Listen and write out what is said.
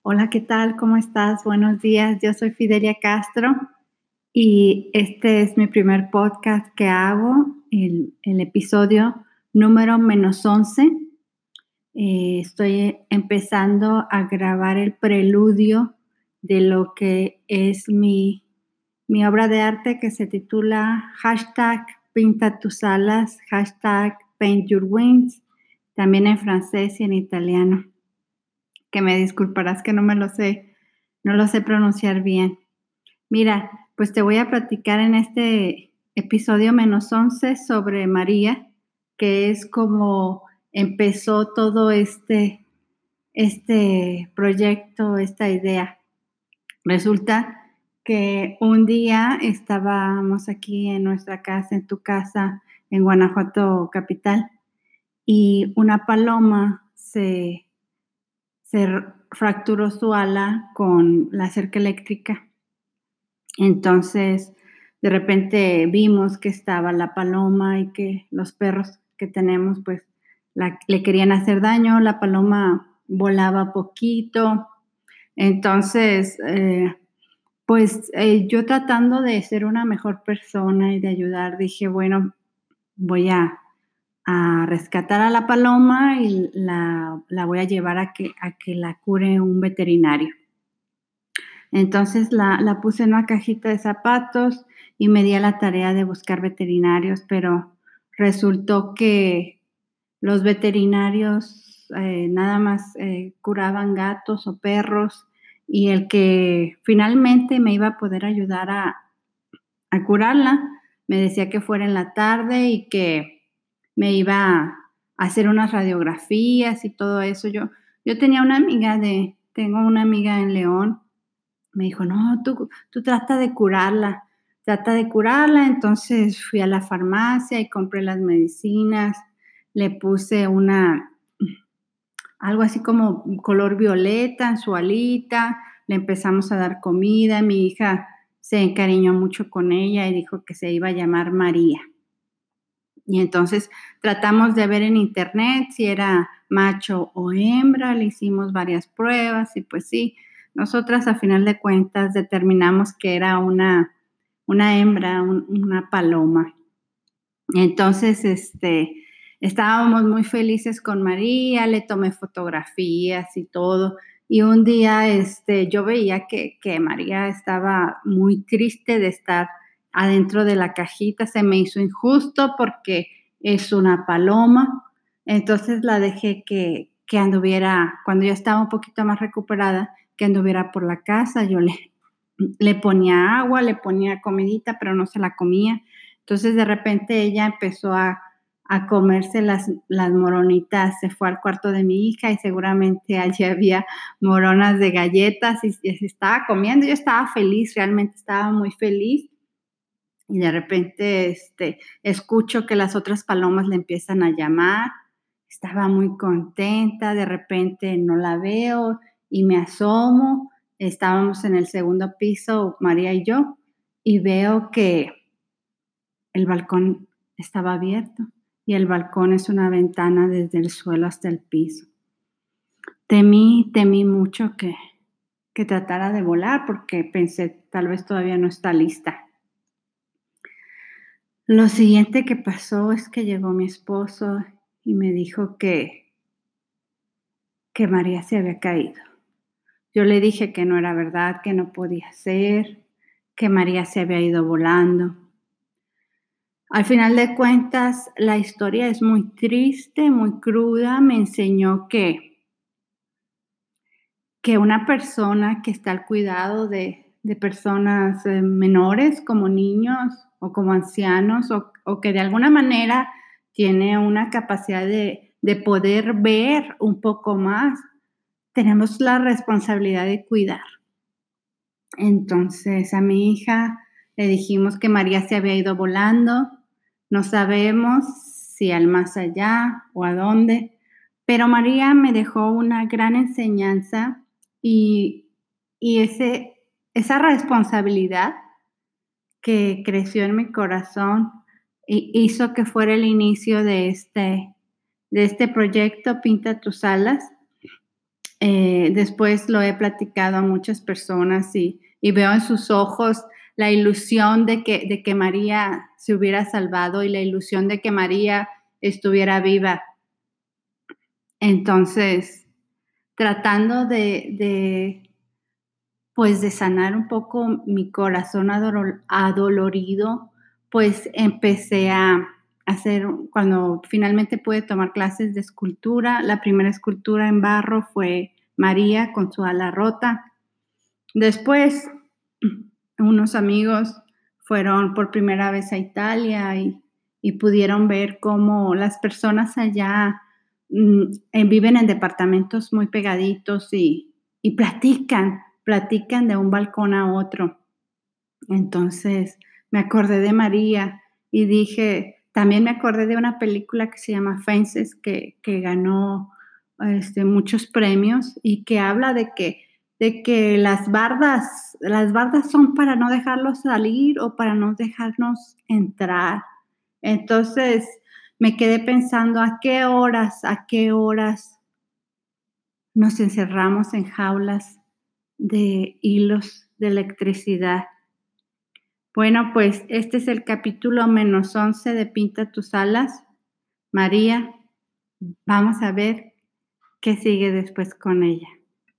Hola, ¿qué tal? ¿Cómo estás? Buenos días. Yo soy Fidelia Castro y este es mi primer podcast que hago, el episodio número -11. Estoy empezando a grabar el preludio de lo que es mi obra de arte que se titula Pinta tus alas, Paint Your Wings, también en francés y en italiano, que me disculparás que no lo sé pronunciar bien. Mira, pues te voy a platicar en este episodio -11 sobre María, que es como empezó todo este proyecto, esta idea. Resulta que un día estábamos aquí en nuestra casa, en tu casa, en Guanajuato capital, y una paloma se fracturó su ala con la cerca eléctrica. Entonces, de repente vimos que estaba la paloma y que los perros que tenemos, pues, le querían hacer daño. La paloma volaba poquito. Entonces, yo tratando de ser una mejor persona y de ayudar, dije, bueno, voy a rescatar a la paloma y la voy a llevar a que la cure un veterinario. Entonces la puse en una cajita de zapatos y me di a la tarea de buscar veterinarios, pero resultó que los veterinarios nada más curaban gatos o perros, y el que finalmente me iba a poder ayudar a curarla me decía que fuera en la tarde y que me iba a hacer unas radiografías y todo eso. Yo tengo una amiga en León. Me dijo: "No, tú trata de curarla". Entonces fui a la farmacia y compré las medicinas, le puse algo así como color violeta en su alita, le empezamos a dar comida. Mi hija se encariñó mucho con ella y dijo que se iba a llamar María. Y entonces tratamos de ver en internet si era macho o hembra, le hicimos varias pruebas y pues sí, nosotras a final de cuentas determinamos que era una hembra, una paloma. Entonces, estábamos muy felices con María, le tomé fotografías y todo. Y un día, yo veía que María estaba muy triste de estar adentro de la cajita. Se me hizo injusto porque es una paloma. Entonces la dejé que anduviera, cuando ya estaba un poquito más recuperada, que anduviera por la casa. Yo le ponía agua, le ponía comidita, pero no se la comía. Entonces, de repente ella empezó a comerse las moronitas, se fue al cuarto de mi hija y seguramente allí había moronas de galletas y se estaba comiendo. Yo estaba feliz, realmente estaba muy feliz, y de repente, escucho que las otras palomas le empiezan a llamar. Estaba muy contenta, de repente no la veo y me asomo. Estábamos en el segundo piso, María y yo, y veo que el balcón estaba abierto, y el balcón es una ventana desde el suelo hasta el piso. Temí mucho que tratara de volar porque pensé, tal vez todavía no está lista. Lo siguiente que pasó es que llegó mi esposo y me dijo que María se había caído. Yo le dije que no era verdad, que no podía ser, que María se había ido volando. Al final de cuentas, la historia es muy triste, muy cruda. Me enseñó que una persona que está al cuidado de personas menores, como niños o como ancianos, o que de alguna manera tiene una capacidad de poder ver un poco más, tenemos la responsabilidad de cuidar. Entonces, a mi hija le dijimos que María se había ido volando. No sabemos si al más allá o a dónde, pero María me dejó una gran enseñanza, y esa responsabilidad que creció en mi corazón hizo que fuera el inicio de este proyecto Pinta tus alas. Después lo he platicado a muchas personas y veo en sus ojos la ilusión de que María se hubiera salvado y la ilusión de que María estuviera viva. Entonces, tratando pues, de sanar un poco mi corazón adolorido, pues, empecé a hacer cuando finalmente pude tomar clases de escultura, la primera escultura en barro fue María con su ala rota. Después, unos amigos fueron por primera vez a Italia y pudieron ver cómo las personas allá, viven en departamentos muy pegaditos y platican de un balcón a otro. Entonces, me acordé de María y dije también me acordé de una película que se llama Fences, que ganó, muchos premios y que habla de que las bardas son para no dejarlos salir o para no dejarnos entrar. Entonces, me quedé pensando, ¿a qué horas nos encerramos en jaulas de hilos de electricidad? Bueno, pues este es el capítulo -11 de Pinta tus alas. María, vamos a ver qué sigue después con ella.